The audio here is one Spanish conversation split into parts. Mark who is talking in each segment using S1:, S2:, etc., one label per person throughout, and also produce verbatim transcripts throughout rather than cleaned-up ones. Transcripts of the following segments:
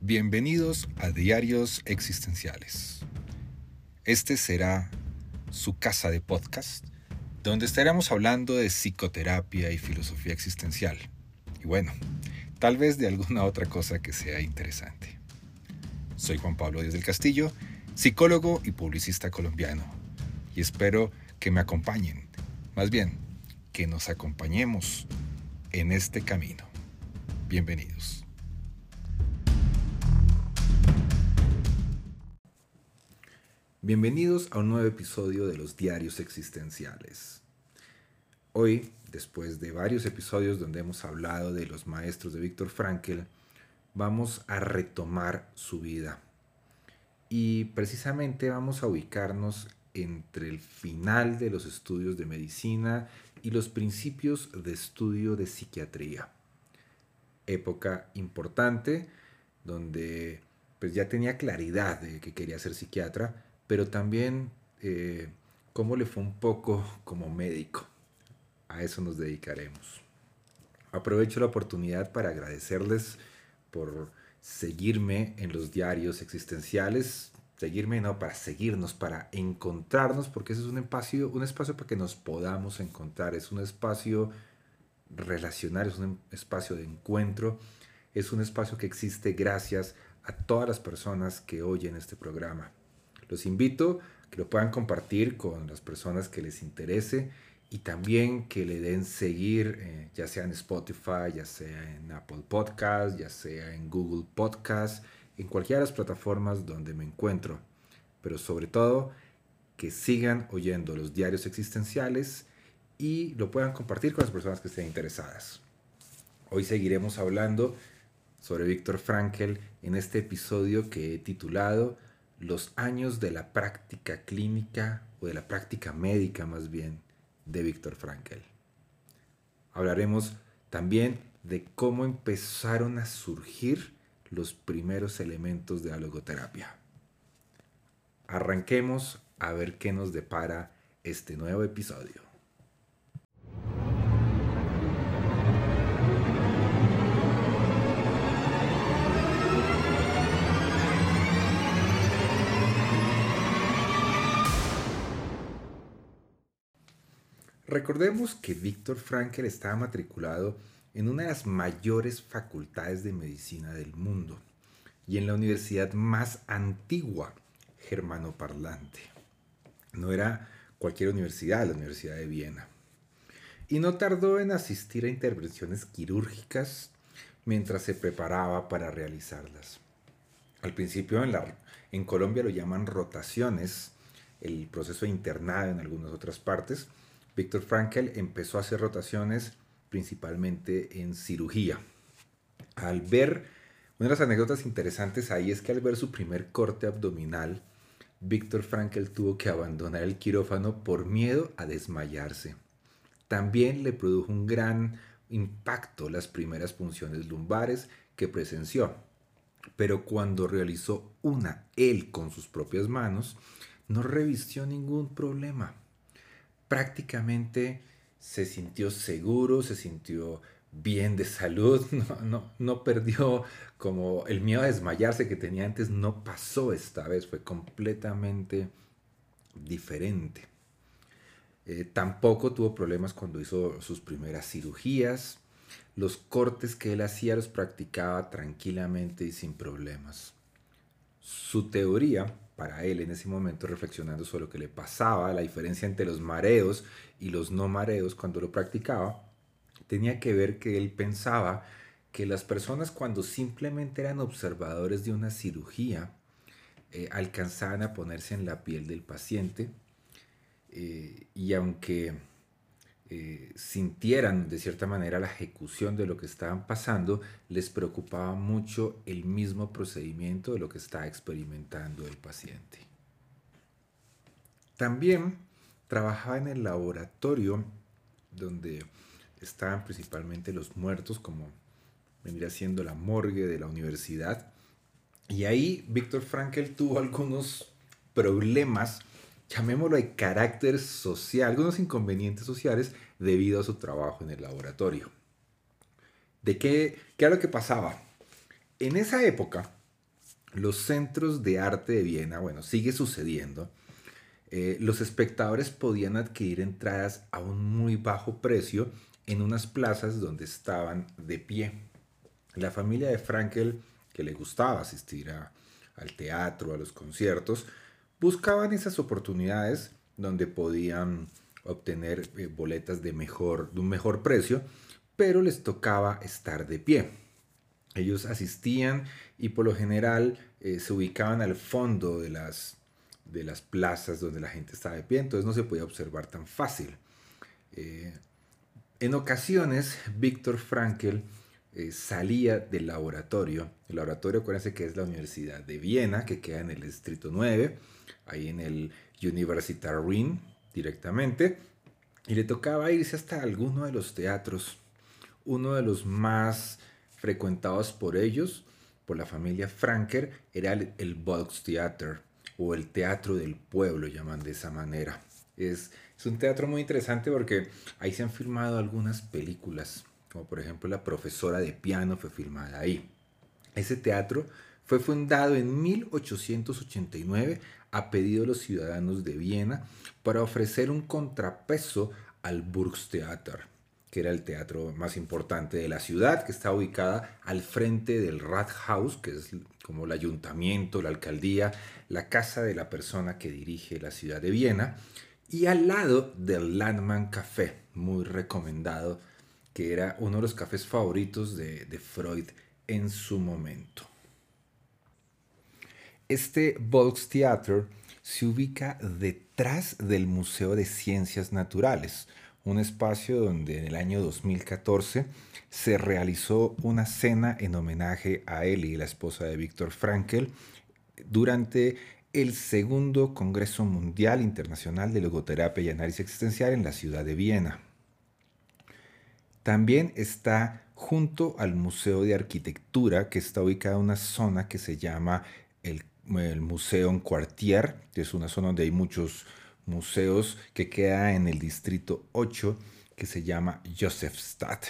S1: Bienvenidos a Diarios Existenciales. Este será su casa de podcast, donde estaremos hablando de psicoterapia y filosofía existencial. Y bueno, tal vez de alguna otra cosa que sea interesante. Soy Juan Pablo Díaz del Castillo, psicólogo y publicista colombiano, y espero que me acompañen, más bien, que nos acompañemos en este camino. Bienvenidos. Bienvenidos a un nuevo episodio de los Diarios Existenciales. Hoy, después de varios episodios donde hemos hablado de los maestros de Viktor Frankl, vamos a retomar su vida. Y precisamente vamos a ubicarnos entre el final de los estudios de medicina y los principios de estudio de psiquiatría. Época importante donde pues, ya tenía claridad de que quería ser psiquiatra, pero también eh, cómo le fue un poco como médico. A eso nos dedicaremos. Aprovecho la oportunidad para agradecerles por seguirme en los diarios existenciales. Seguirme no, para seguirnos, para encontrarnos, porque ese es un espacio, un espacio para que nos podamos encontrar. Es un espacio relacional, es un espacio de encuentro. Es un espacio que existe gracias a todas las personas que oyen este programa. Los invito a que lo puedan compartir con las personas que les interese y también que le den seguir, eh, ya sea en Spotify, ya sea en Apple Podcasts, ya sea en Google Podcasts, en cualquiera de las plataformas donde me encuentro. Pero sobre todo, que sigan oyendo los diarios existenciales y lo puedan compartir con las personas que estén interesadas. Hoy seguiremos hablando sobre Viktor Frankl en este episodio que he titulado Los años de la práctica clínica, o de la práctica médica más bien, de Viktor Frankl. Hablaremos también de cómo empezaron a surgir los primeros elementos de la logoterapia. Arranquemos a ver qué nos depara este nuevo episodio. Recordemos que Viktor Frankl estaba matriculado en una de las mayores facultades de medicina del mundo y en la universidad más antigua germanoparlante. No era cualquier universidad, la Universidad de Viena. Y no tardó en asistir a intervenciones quirúrgicas mientras se preparaba para realizarlas. Al principio en, la, en Colombia lo llaman rotaciones, el proceso de internado en algunas otras partes. Viktor Frankl empezó a hacer rotaciones principalmente en cirugía. Al ver, una de las anécdotas interesantes ahí es que al ver su primer corte abdominal, Viktor Frankl tuvo que abandonar el quirófano por miedo a desmayarse. También le produjo un gran impacto las primeras punciones lumbares que presenció. Pero cuando realizó una él con sus propias manos, no revistió ningún problema. Prácticamente se sintió seguro, se sintió bien de salud, no, no, no perdió como el miedo a desmayarse que tenía antes, no pasó esta vez, fue completamente diferente. Eh, tampoco tuvo problemas cuando hizo sus primeras cirugías, los cortes que él hacía los practicaba tranquilamente y sin problemas. Su teoría, para él en ese momento, reflexionando sobre lo que le pasaba, la diferencia entre los mareos y los no mareos cuando lo practicaba, tenía que ver que él pensaba que las personas cuando simplemente eran observadores de una cirugía eh, alcanzaban a ponerse en la piel del paciente eh, y aunque eh, sintieran de cierta manera la ejecución de lo que estaban pasando, les preocupaba mucho el mismo procedimiento de lo que estaba experimentando el paciente. También trabajaba en el laboratorio donde estaban principalmente los muertos, como vendría siendo la morgue de la universidad. Y ahí Viktor Frankl tuvo algunos problemas, llamémoslo de carácter social, algunos inconvenientes sociales debido a su trabajo en el laboratorio. ¿De qué, qué era lo que pasaba? En esa época, Los centros de arte de Viena, bueno, sigue sucediendo. Eh, los espectadores podían adquirir entradas a un muy bajo precio en unas plazas donde estaban de pie. La familia de Frankel, que le gustaba asistir a- al teatro, a los conciertos, buscaban esas oportunidades donde podían obtener eh, boletas de, mejor, de un mejor precio, pero les tocaba estar de pie. Ellos asistían y por lo general eh, se ubicaban al fondo de las, de las plazas donde la gente estaba de pie, entonces no se podía observar tan fácil. Eh, en ocasiones, Víctor Frankl eh, salía del laboratorio. El laboratorio, acuérdense que es la Universidad de Viena, que queda en el Distrito nueve, ahí en el Universität Ring directamente, y le tocaba irse hasta alguno de los teatros. Uno de los más frecuentados por ellos, por la familia Franker, era el, el Volkstheater o el Teatro del Pueblo, llaman de esa manera. Es, es un teatro muy interesante porque ahí se han filmado algunas películas, como por ejemplo La profesora de piano fue filmada ahí. Ese teatro fue fundado en mil ochocientos ochenta y nueve a pedido de los ciudadanos de Viena para ofrecer un contrapeso al Burgtheater, que era el teatro más importante de la ciudad, que está ubicada al frente del Rathaus, que es como el ayuntamiento, la alcaldía, la casa de la persona que dirige la ciudad de Viena, y al lado del Landmann Café, muy recomendado, que era uno de los cafés favoritos de, de Freud en su momento. Este Volkstheater se ubica detrás del Museo de Ciencias Naturales, un espacio donde en el año dos mil catorce se realizó una cena en homenaje a Ellie, la esposa de Viktor Frankl, durante el segundo Congreso Mundial Internacional de Logoterapia y Análisis Existencial en la ciudad de Viena. También está junto al Museo de Arquitectura, que está ubicada en una zona que se llama el, el Museo en Quartier, que es una zona donde hay muchos museos, que queda en el distrito ocho, que se llama Josefstadt.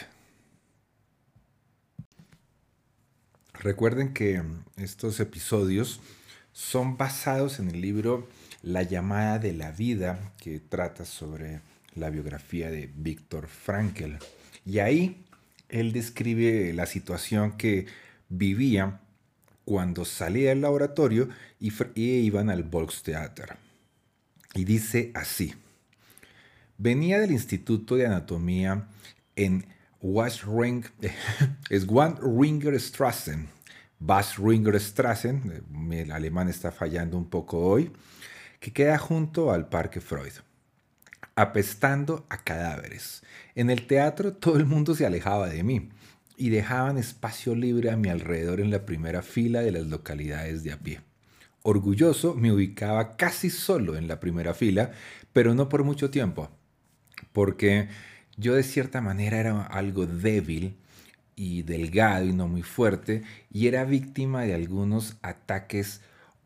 S1: Recuerden que estos episodios son basados en el libro La llamada de la vida, que trata sobre la biografía de Viktor Frankl. Y ahí él describe la situación que vivía cuando salía del laboratorio y, y iban al Volkstheater. Y dice así: venía del Instituto de Anatomía en Wasring, es Ringerstrassen, Ringerstrassen, el alemán está fallando un poco hoy, que queda junto al Parque Freud, apestando a cadáveres. En el teatro todo el mundo se alejaba de mí y dejaban espacio libre a mi alrededor en la primera fila de las localidades de a pie. Orgulloso me ubicaba casi solo en la primera fila, pero no por mucho tiempo, porque yo de cierta manera era algo débil y delgado y no muy fuerte, y era víctima de algunos ataques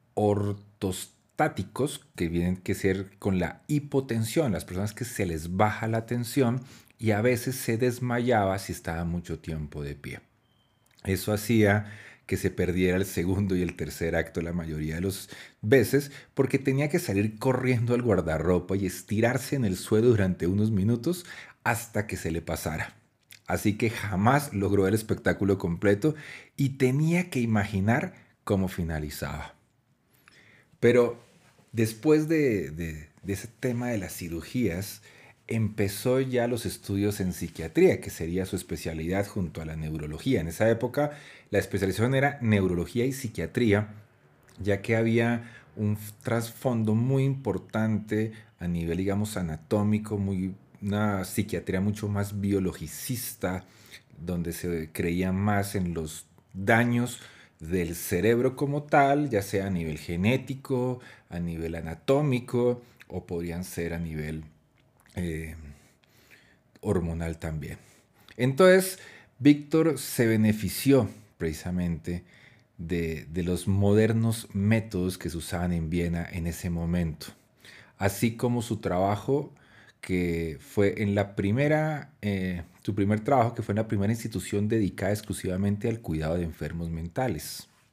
S1: ortostáticos que vienen que ser con la hipotensión, las personas que se les baja la tensión y a veces se desmayaba si estaba mucho tiempo de pie. Eso hacía que se perdiera el segundo y el tercer acto la mayoría de las veces porque tenía que salir corriendo al guardarropa y estirarse en el suelo durante unos minutos hasta que se le pasara. Así que jamás logró el espectáculo completo y tenía que imaginar cómo finalizaba. Pero después de, de, de ese tema de las cirugías, empezó ya los estudios en psiquiatría, que sería su especialidad junto a la neurología. En esa época la especialización era neurología y psiquiatría, ya que había un trasfondo muy importante a nivel, digamos, anatómico, muy, una psiquiatría mucho más biologicista, donde se creía más en los daños del cerebro como tal, ya sea a nivel genético, a nivel anatómico o podrían ser a nivel eh, hormonal también. Entonces, Víctor se benefició precisamente de, de los modernos métodos que se usaban en Viena en ese momento, así como su trabajo que fue en la primera, eh, su primer trabajo que fue en la primera institución dedicada exclusivamente al cuidado de enfermos mentales.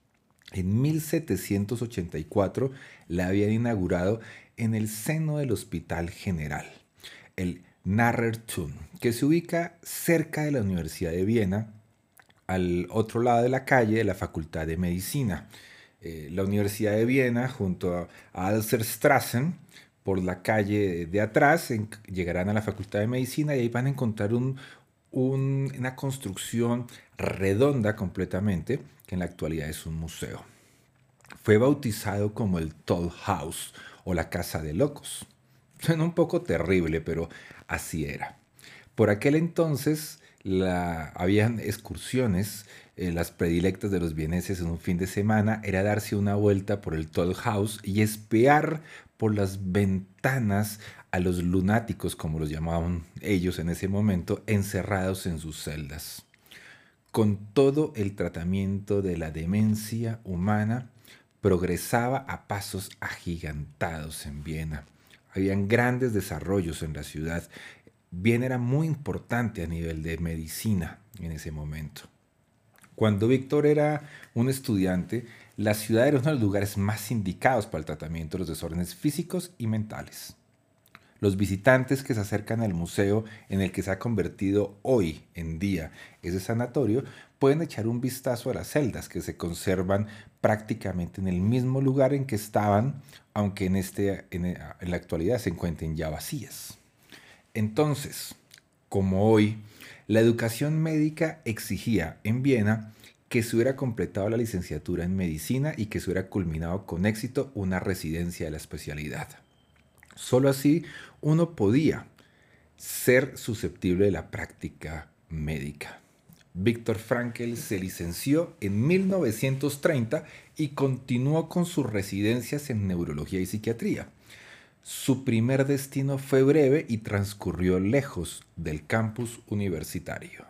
S1: En mil setecientos ochenta y cuatro la habían inaugurado en el seno del Hospital General, el Narrertun, que se ubica cerca de la Universidad de Viena, al otro lado de la calle de la Facultad de Medicina. Eh, la Universidad de Viena, junto a Alserstrassen, por la calle de atrás, en, llegarán a la Facultad de Medicina y ahí van a encontrar un, un, una construcción redonda completamente, que en la actualidad es un museo. Fue bautizado como el Toll House o la Casa de Locos. Suena un poco terrible, pero así era. Por aquel entonces la, habían excursiones, eh, las predilectas de los vieneses en un fin de semana era darse una vuelta por el Toll House y espiar por las ventanas a los lunáticos, como los llamaban ellos en ese momento, encerrados en sus celdas. Con todo el tratamiento de la demencia humana, progresaba a pasos agigantados en Viena. Habían grandes desarrollos en la ciudad. Viena era muy importante a nivel de medicina en ese momento. Cuando Víctor era un estudiante, la ciudad era uno de los lugares más indicados para el tratamiento de los desórdenes físicos y mentales. Los visitantes que se acercan al museo en el que se ha convertido hoy en día ese sanatorio pueden echar un vistazo a las celdas que se conservan prácticamente en el mismo lugar en que estaban, aunque en, este, en, en la actualidad se encuentren ya vacías. Entonces, como hoy, la educación médica exigía en Viena que se hubiera completado la licenciatura en medicina y que se hubiera culminado con éxito una residencia de la especialidad. Solo así uno podía ser susceptible de la práctica médica. Víctor Frankl se licenció en mil novecientos treinta y continuó con sus residencias en neurología y psiquiatría. Su primer destino fue breve y transcurrió lejos del campus universitario.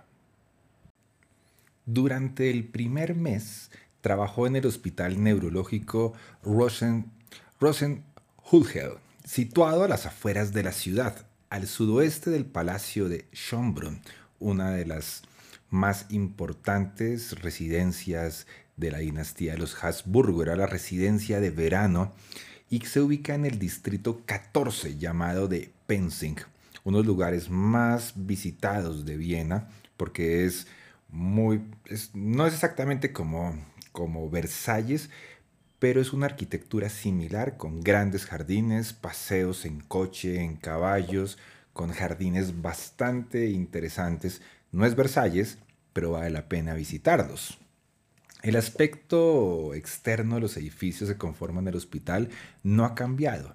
S1: Durante el primer mes trabajó en el Hospital Neurológico Rosen, Rosenhügel, situado a las afueras de la ciudad, al sudoeste del Palacio de Schönbrunn, una de las más importantes residencias de la dinastía de los Habsburgo. Era la residencia de verano y se ubica en el distrito catorce llamado de Penzing, uno de los lugares más visitados de Viena porque es muy, es, no es exactamente como, como Versalles, pero es una arquitectura similar con grandes jardines, paseos en coche, en caballos, con jardines bastante interesantes. No es Versalles, pero vale la pena visitarlos. El aspecto externo de los edificios que conforman el hospital no ha cambiado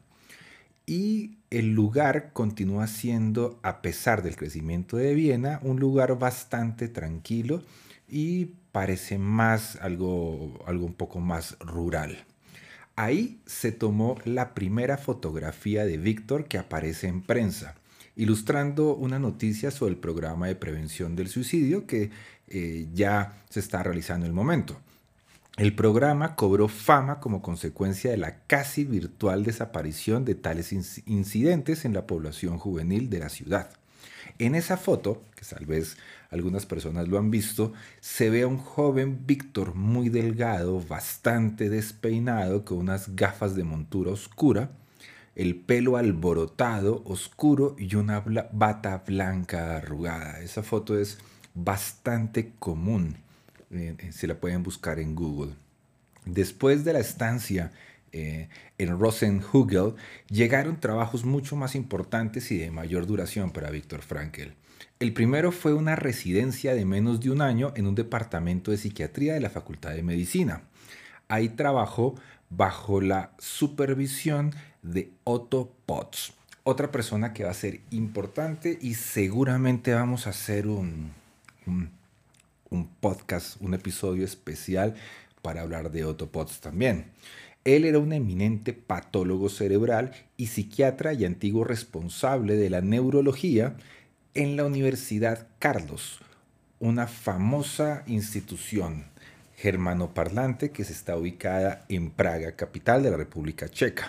S1: y el lugar continúa siendo, a pesar del crecimiento de Viena, un lugar bastante tranquilo y parece más algo, algo un poco más rural. Ahí se tomó la primera fotografía de Víctor que aparece en prensa, ilustrando una noticia sobre el programa de prevención del suicidio que eh, ya se está realizando en el momento. El programa cobró fama como consecuencia de la casi virtual desaparición de tales incidentes en la población juvenil de la ciudad. En esa foto, que tal vez algunas personas lo han visto, se ve a un joven Víctor muy delgado, bastante despeinado, con unas gafas de montura oscura, el pelo alborotado, oscuro y una bla- bata blanca arrugada. Esa foto es bastante común, eh, se la pueden buscar en Google. Después de la estancia eh, en Rosenhügel, llegaron trabajos mucho más importantes y de mayor duración para Víctor Frankl. El primero fue una residencia de menos de un año en un departamento de psiquiatría de la Facultad de Medicina. Ahí trabajó bajo la supervisión de Otto Potts, otra persona que va a ser importante y seguramente vamos a hacer un, un, un podcast, un episodio especial para hablar de Otto Potts también. Él era un eminente patólogo cerebral y psiquiatra y antiguo responsable de la neurología en la Universidad Carlos, una famosa institución germanoparlante que se está ubicada en Praga, capital de la República Checa.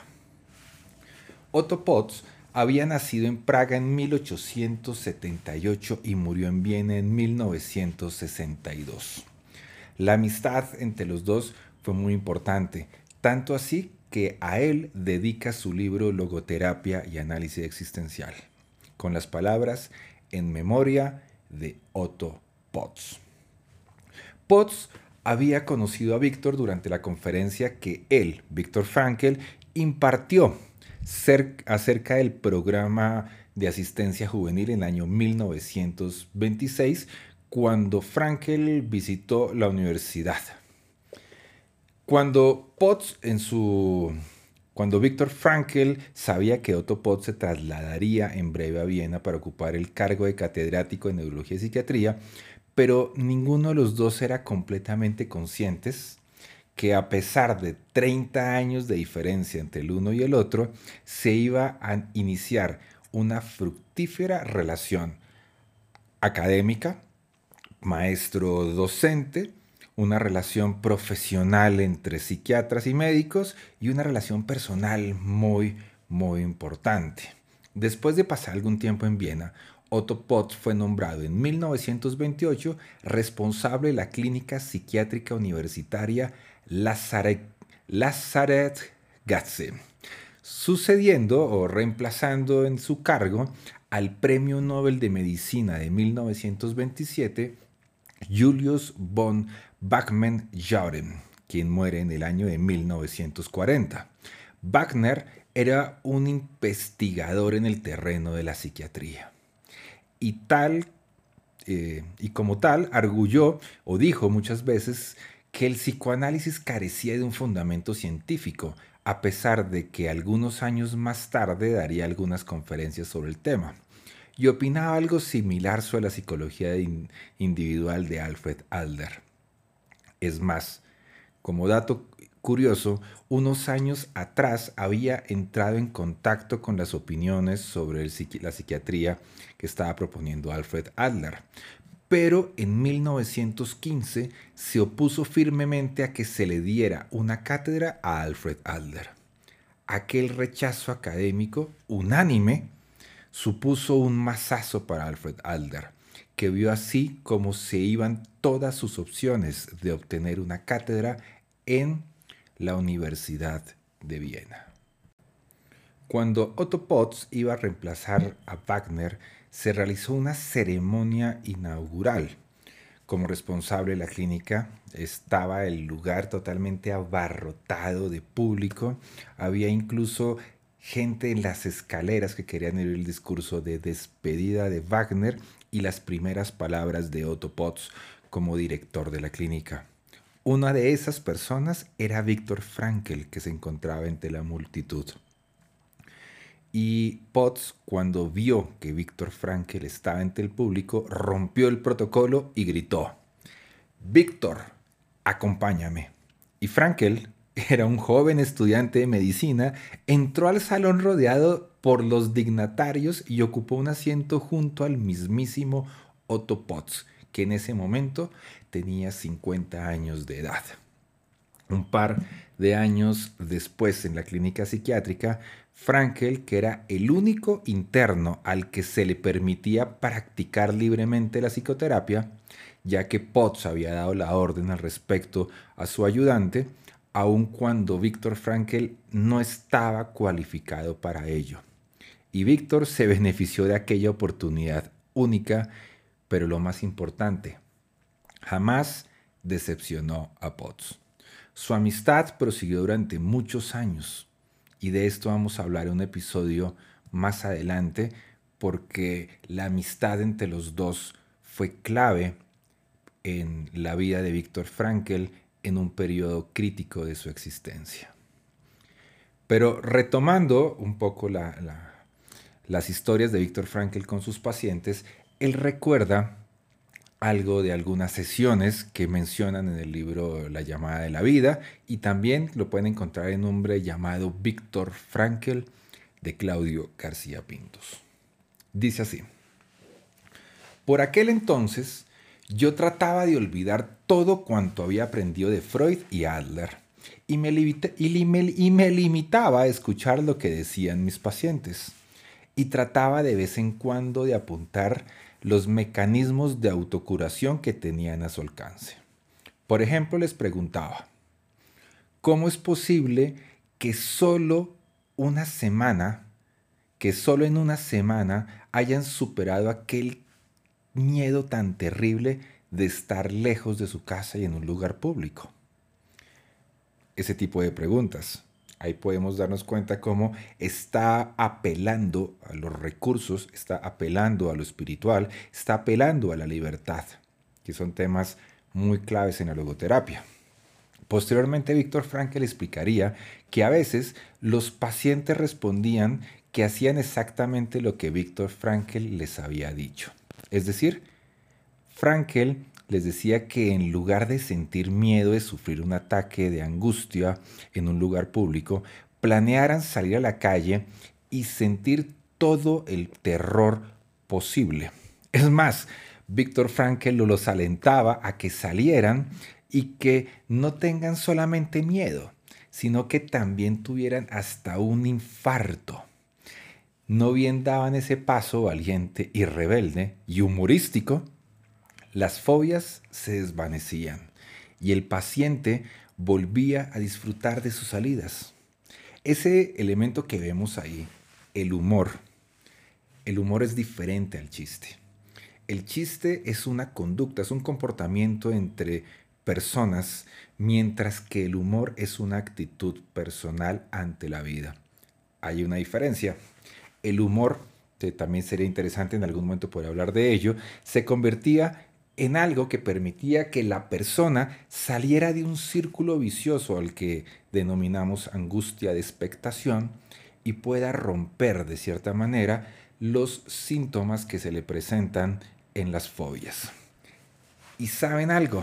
S1: Otto Potts había nacido en Praga en mil ochocientos setenta y ocho y murió en Viena en mil novecientos sesenta y dos. La amistad entre los dos fue muy importante, tanto así que a él dedica su libro Logoterapia y Análisis Existencial, con las palabras "en memoria de Otto Potts". Potts había conocido a Víctor durante la conferencia que él, Víctor Frankl, impartió acerca del programa de asistencia juvenil en el año mil novecientos veintiséis, cuando Frankl visitó la universidad. Cuando Potts en su Cuando Víctor Frankl sabía que Otto Potts se trasladaría en breve a Viena para ocupar el cargo de catedrático de neurología y psiquiatría, pero ninguno de los dos era completamente conscientes que a pesar de treinta años de diferencia entre el uno y el otro, se iba a iniciar una fructífera relación académica, maestro-docente, una relación profesional entre psiquiatras y médicos y una relación personal muy, muy importante. Después de pasar algún tiempo en Viena, Otto Potts fue nombrado en mil novecientos veintiocho responsable de la clínica psiquiátrica universitaria Lazareth-Gatze, sucediendo o reemplazando en su cargo al Premio Nobel de Medicina de mil novecientos veintisiete, Julius von Wagner-Jaurès, quien muere en el año de mil novecientos cuarenta. Wagner era un investigador en el terreno de la psiquiatría y tal eh, y como tal arguyó o dijo muchas veces que el psicoanálisis carecía de un fundamento científico, a pesar de que algunos años más tarde daría algunas conferencias sobre el tema, y opinaba algo similar sobre la psicología individual de Alfred Adler. Es más, como dato curioso, unos años atrás había entrado en contacto con las opiniones sobre el psiqui- la psiquiatría que estaba proponiendo Alfred Adler, pero en mil novecientos quince se opuso firmemente a que se le diera una cátedra a Alfred Adler. Aquel rechazo académico unánime supuso un mazazo para Alfred Adler, que vio así como se iban todas sus opciones de obtener una cátedra en la Universidad de Viena. Cuando Otto Potts iba a reemplazar a Wagner, se realizó una ceremonia inaugural. Como responsable de la clínica estaba el lugar totalmente abarrotado de público. Había incluso gente en las escaleras que querían oír el discurso de despedida de Wagner y las primeras palabras de Otto Potts como director de la clínica. Una de esas personas era Víctor Frankl, que se encontraba entre la multitud. Y Potts, cuando vio que Víctor Frankl estaba entre el público, rompió el protocolo y gritó: «Víctor, acompáñame». Y Frankl, era un joven estudiante de medicina, entró al salón rodeado por los dignatarios y ocupó un asiento junto al mismísimo Otto Potts, que en ese momento tenía cincuenta años de edad. Un par de años después, en la clínica psiquiátrica, Frankl, que era el único interno al que se le permitía practicar libremente la psicoterapia, ya que Potts había dado la orden al respecto a su ayudante, aun cuando Víctor Frankl no estaba cualificado para ello. Y Víctor se benefició de aquella oportunidad única, pero lo más importante, jamás decepcionó a Potts. Su amistad prosiguió durante muchos años, y de esto vamos a hablar en un episodio más adelante, porque la amistad entre los dos fue clave en la vida de Víctor Frankl en un periodo crítico de su existencia. Pero retomando un poco la, la, las historias de Víctor Frankl con sus pacientes, él recuerda algo de algunas sesiones que mencionan en el libro La llamada de la vida, y también lo pueden encontrar en un hombre llamado Víctor Frankl, de Claudio García Pintos. Dice así: «Por aquel entonces yo trataba de olvidar todo cuanto había aprendido de Freud y Adler, y me, limita, y, me, y me limitaba a escuchar lo que decían mis pacientes, y trataba de vez en cuando de apuntar los mecanismos de autocuración que tenían a su alcance. Por ejemplo, les preguntaba: ¿Cómo es posible que solo una semana, que solo en una semana hayan superado aquel miedo tan terrible de estar lejos de su casa y en un lugar público? Ese tipo de preguntas. Ahí podemos darnos cuenta cómo está apelando a los recursos, está apelando a lo espiritual, está apelando a la libertad, que son temas muy claves en la logoterapia. Posteriormente, Viktor Frankl explicaría que a veces los pacientes respondían que hacían exactamente lo que Viktor Frankl les había dicho. Es decir, Frankl les decía que en lugar de sentir miedo de sufrir un ataque de angustia en un lugar público, planearan salir a la calle y sentir todo el terror posible. Es más, Viktor Frankl los alentaba a que salieran y que no tengan solamente miedo, sino que también tuvieran hasta un infarto. No bien daban ese paso valiente y rebelde y humorístico, las fobias se desvanecían y el paciente volvía a disfrutar de sus salidas. Ese elemento que vemos ahí, el humor, el humor es diferente al chiste. El chiste es una conducta, es un comportamiento entre personas, mientras que el humor es una actitud personal ante la vida. Hay una diferencia. El humor, que también sería interesante en algún momento poder hablar de ello, se convertía en algo que permitía que la persona saliera de un círculo vicioso al que denominamos angustia de expectación y pueda romper de cierta manera los síntomas que se le presentan en las fobias. ¿Y saben algo?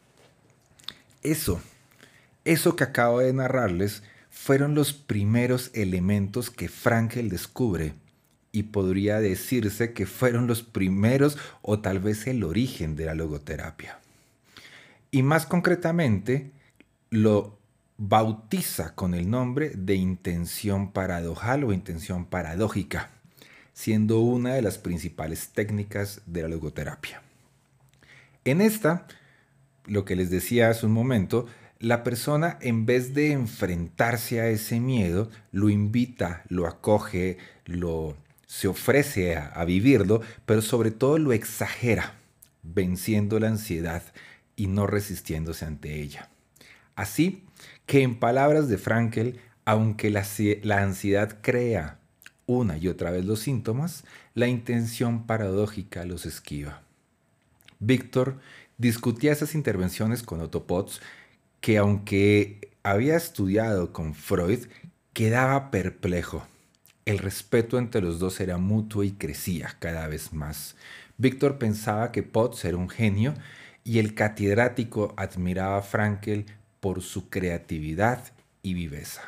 S1: Eso, eso que acabo de narrarles fueron los primeros elementos que Frankl descubre y podría decirse que fueron los primeros o tal vez el origen de la logoterapia. Y más concretamente, lo bautiza con el nombre de intención paradojal o intención paradójica, siendo una de las principales técnicas de la logoterapia. En esta, lo que les decía hace un momento, la persona, en vez de enfrentarse a ese miedo, lo invita, lo acoge, lo, se ofrece a, a vivirlo, pero sobre todo lo exagera, venciendo la ansiedad y no resistiéndose ante ella. Así que, en palabras de Frankl, aunque la, la ansiedad crea una y otra vez los síntomas, la intención paradójica los esquiva. Víctor discutía esas intervenciones con Otto Potts, que aunque había estudiado con Freud, quedaba perplejo. El respeto entre los dos era mutuo y crecía cada vez más. Víctor pensaba que Potts era un genio y el catedrático admiraba a Frankl por su creatividad y viveza.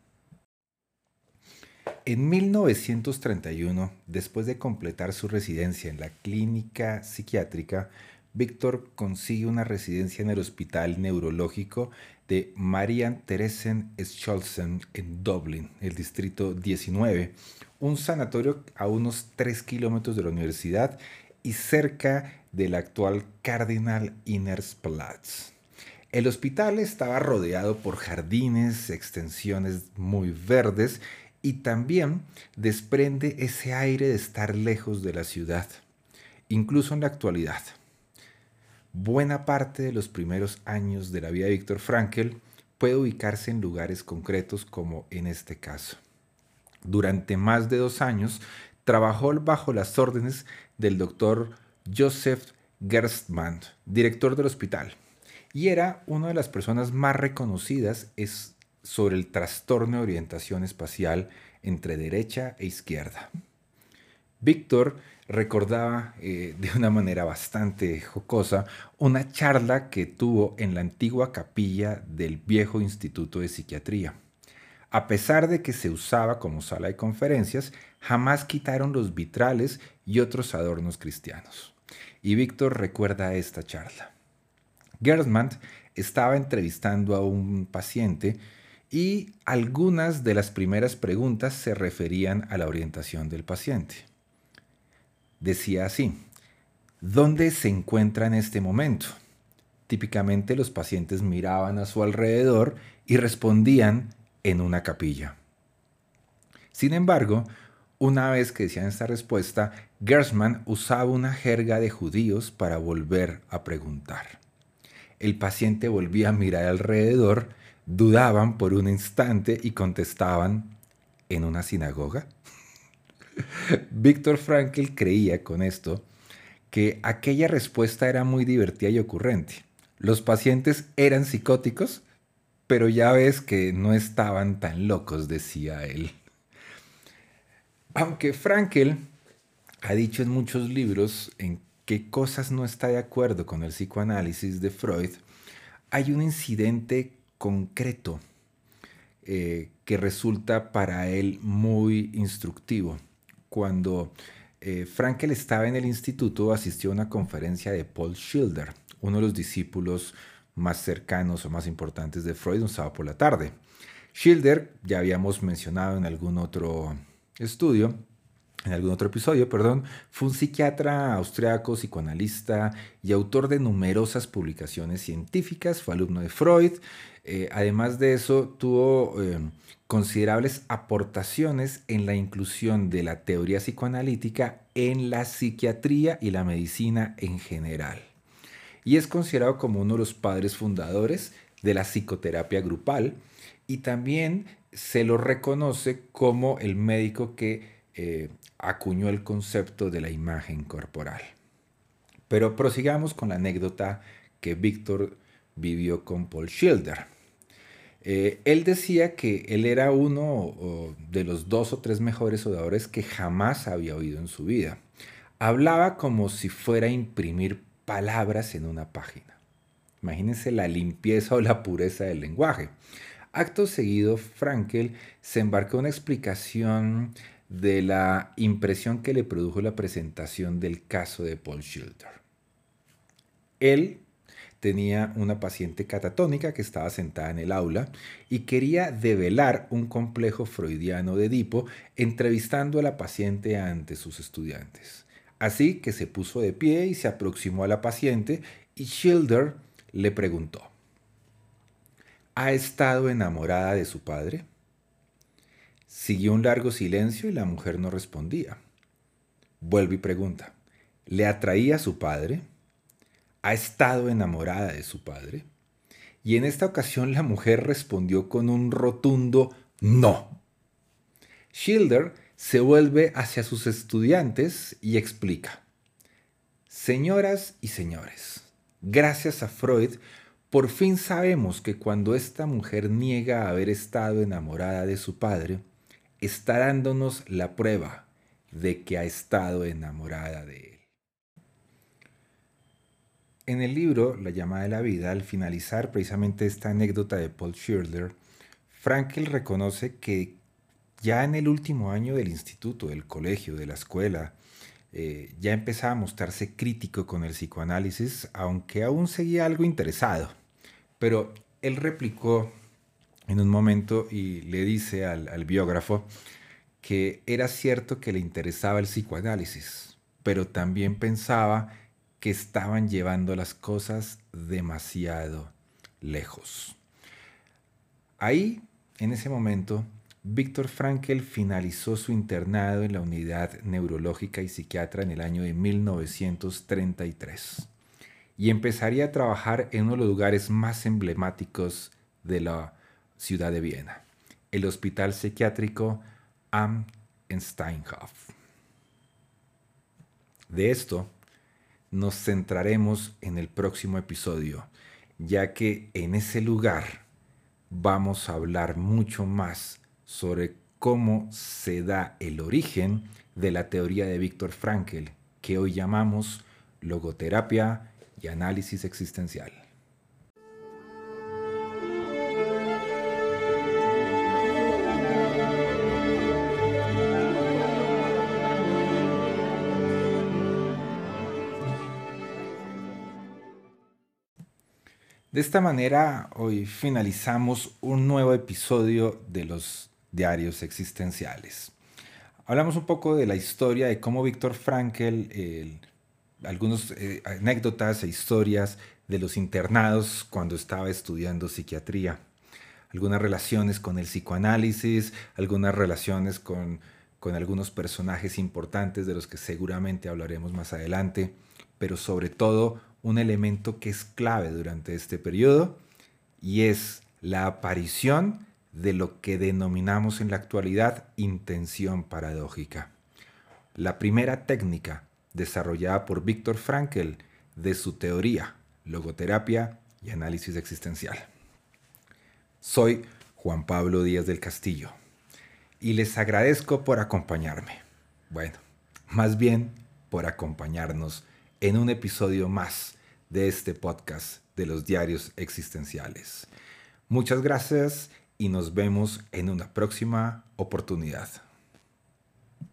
S1: En mil novecientos treinta y uno, después de completar su residencia en la clínica psiquiátrica, Víctor consigue una residencia en el Hospital Neurológico de Marian Theresen Scholzen en Dublín, el distrito diecinueve, un sanatorio a unos tres kilómetros de la universidad y cerca del actual Cardinal Inners Platz. El hospital estaba rodeado por jardines, extensiones muy verdes y también desprende ese aire de estar lejos de la ciudad, incluso en la actualidad. Buena parte de los primeros años de la vida de Viktor Frankl puede ubicarse en lugares concretos como en este caso. Durante más de dos años trabajó bajo las órdenes del doctor Joseph Gerstmann, director del hospital, y era una de las personas más reconocidas es sobre el trastorno de orientación espacial entre derecha e izquierda. Víctor recordaba eh, de una manera bastante jocosa una charla que tuvo en la antigua capilla del viejo Instituto de Psiquiatría. A pesar de que se usaba como sala de conferencias, jamás quitaron los vitrales y otros adornos cristianos. Y Víctor recuerda esta charla. Gerstmann estaba entrevistando a un paciente y algunas de las primeras preguntas se referían a la orientación del paciente. Decía así: ¿dónde se encuentra en este momento? Típicamente los pacientes miraban a su alrededor y respondían en una capilla. Sin embargo, una vez que decían esta respuesta, Gershman usaba una jerga de judíos para volver a preguntar. El paciente volvía a mirar alrededor, dudaban por un instante y contestaban: ¿en una sinagoga? Viktor Frankl creía con esto que aquella respuesta era muy divertida y ocurrente. Los pacientes eran psicóticos, pero ya ves que no estaban tan locos, decía él. Aunque Frankl ha dicho en muchos libros en qué cosas no está de acuerdo con el psicoanálisis de Freud, hay un incidente concreto eh, que resulta para él muy instructivo. Cuando eh, Frankl estaba en el instituto, asistió a una conferencia de Paul Schilder, uno de los discípulos más cercanos o más importantes de Freud, un sábado por la tarde. Schilder, ya habíamos mencionado en algún otro estudio, en algún otro episodio, perdón, fue un psiquiatra austriaco, psicoanalista y autor de numerosas publicaciones científicas, fue alumno de Freud. Eh, además de eso, tuvo eh, considerables aportaciones en la inclusión de la teoría psicoanalítica en la psiquiatría y la medicina en general. Y es considerado como uno de los padres fundadores de la psicoterapia grupal, y también se lo reconoce como el médico que eh, acuñó el concepto de la imagen corporal. Pero prosigamos con la anécdota que Víctor vivió con Paul Schilder. Eh, él decía que él era uno de los dos o tres mejores oradores que jamás había oído en su vida. Hablaba como si fuera a imprimir palabras en una página. Imagínense la limpieza o la pureza del lenguaje. Acto seguido, Frankl se embarcó en una explicación de la impresión que le produjo la presentación del caso de Paul Schilder. Él tenía una paciente catatónica que estaba sentada en el aula y quería develar un complejo freudiano de Edipo entrevistando a la paciente ante sus estudiantes. Así que se puso de pie y se aproximó a la paciente y Schilder le preguntó: ¿ha estado enamorada de su padre? Siguió un largo silencio y la mujer no respondía. Vuelve y pregunta: ¿le atraía a su padre? ¿Ha estado enamorada de su padre? Y en esta ocasión la mujer respondió con un rotundo no. Schilder se vuelve hacia sus estudiantes y explica: señoras y señores, gracias a Freud, por fin sabemos que cuando esta mujer niega haber estado enamorada de su padre, está dándonos la prueba de que ha estado enamorada de él. En el libro La llamada de la vida, al finalizar precisamente esta anécdota de Paul Schilder, Frankl reconoce que ya en el último año del instituto, del colegio, de la escuela, eh, ya empezaba a mostrarse crítico con el psicoanálisis, aunque aún seguía algo interesado. Pero él replicó en un momento y le dice al, al biógrafo que era cierto que le interesaba el psicoanálisis, pero también pensaba que estaban llevando las cosas demasiado lejos. Ahí, en ese momento, Viktor Frankl finalizó su internado en la Unidad Neurológica y Psiquiatra en el año de mil novecientos treinta y tres y empezaría a trabajar en uno de los lugares más emblemáticos de la ciudad de Viena, el Hospital Psiquiátrico Am Steinhof. De esto nos centraremos en el próximo episodio, ya que en ese lugar vamos a hablar mucho más sobre cómo se da el origen de la teoría de Viktor Frankl, que hoy llamamos logoterapia y análisis existencial. De esta manera, hoy finalizamos un nuevo episodio de los Diarios Existenciales. Hablamos un poco de la historia de cómo Viktor Frankl, eh, algunas eh, anécdotas e historias de los internados cuando estaba estudiando psiquiatría. Algunas relaciones con el psicoanálisis, algunas relaciones con, con algunos personajes importantes de los que seguramente hablaremos más adelante, pero sobre todo un elemento que es clave durante este periodo y es la aparición de lo que denominamos en la actualidad intención paradójica. La primera técnica desarrollada por Viktor Frankl de su teoría, logoterapia y análisis existencial. Soy Juan Pablo Díaz del Castillo y les agradezco por acompañarme. Bueno, más bien por acompañarnos en un episodio más de este podcast de los diarios existenciales. Muchas gracias y nos vemos en una próxima oportunidad.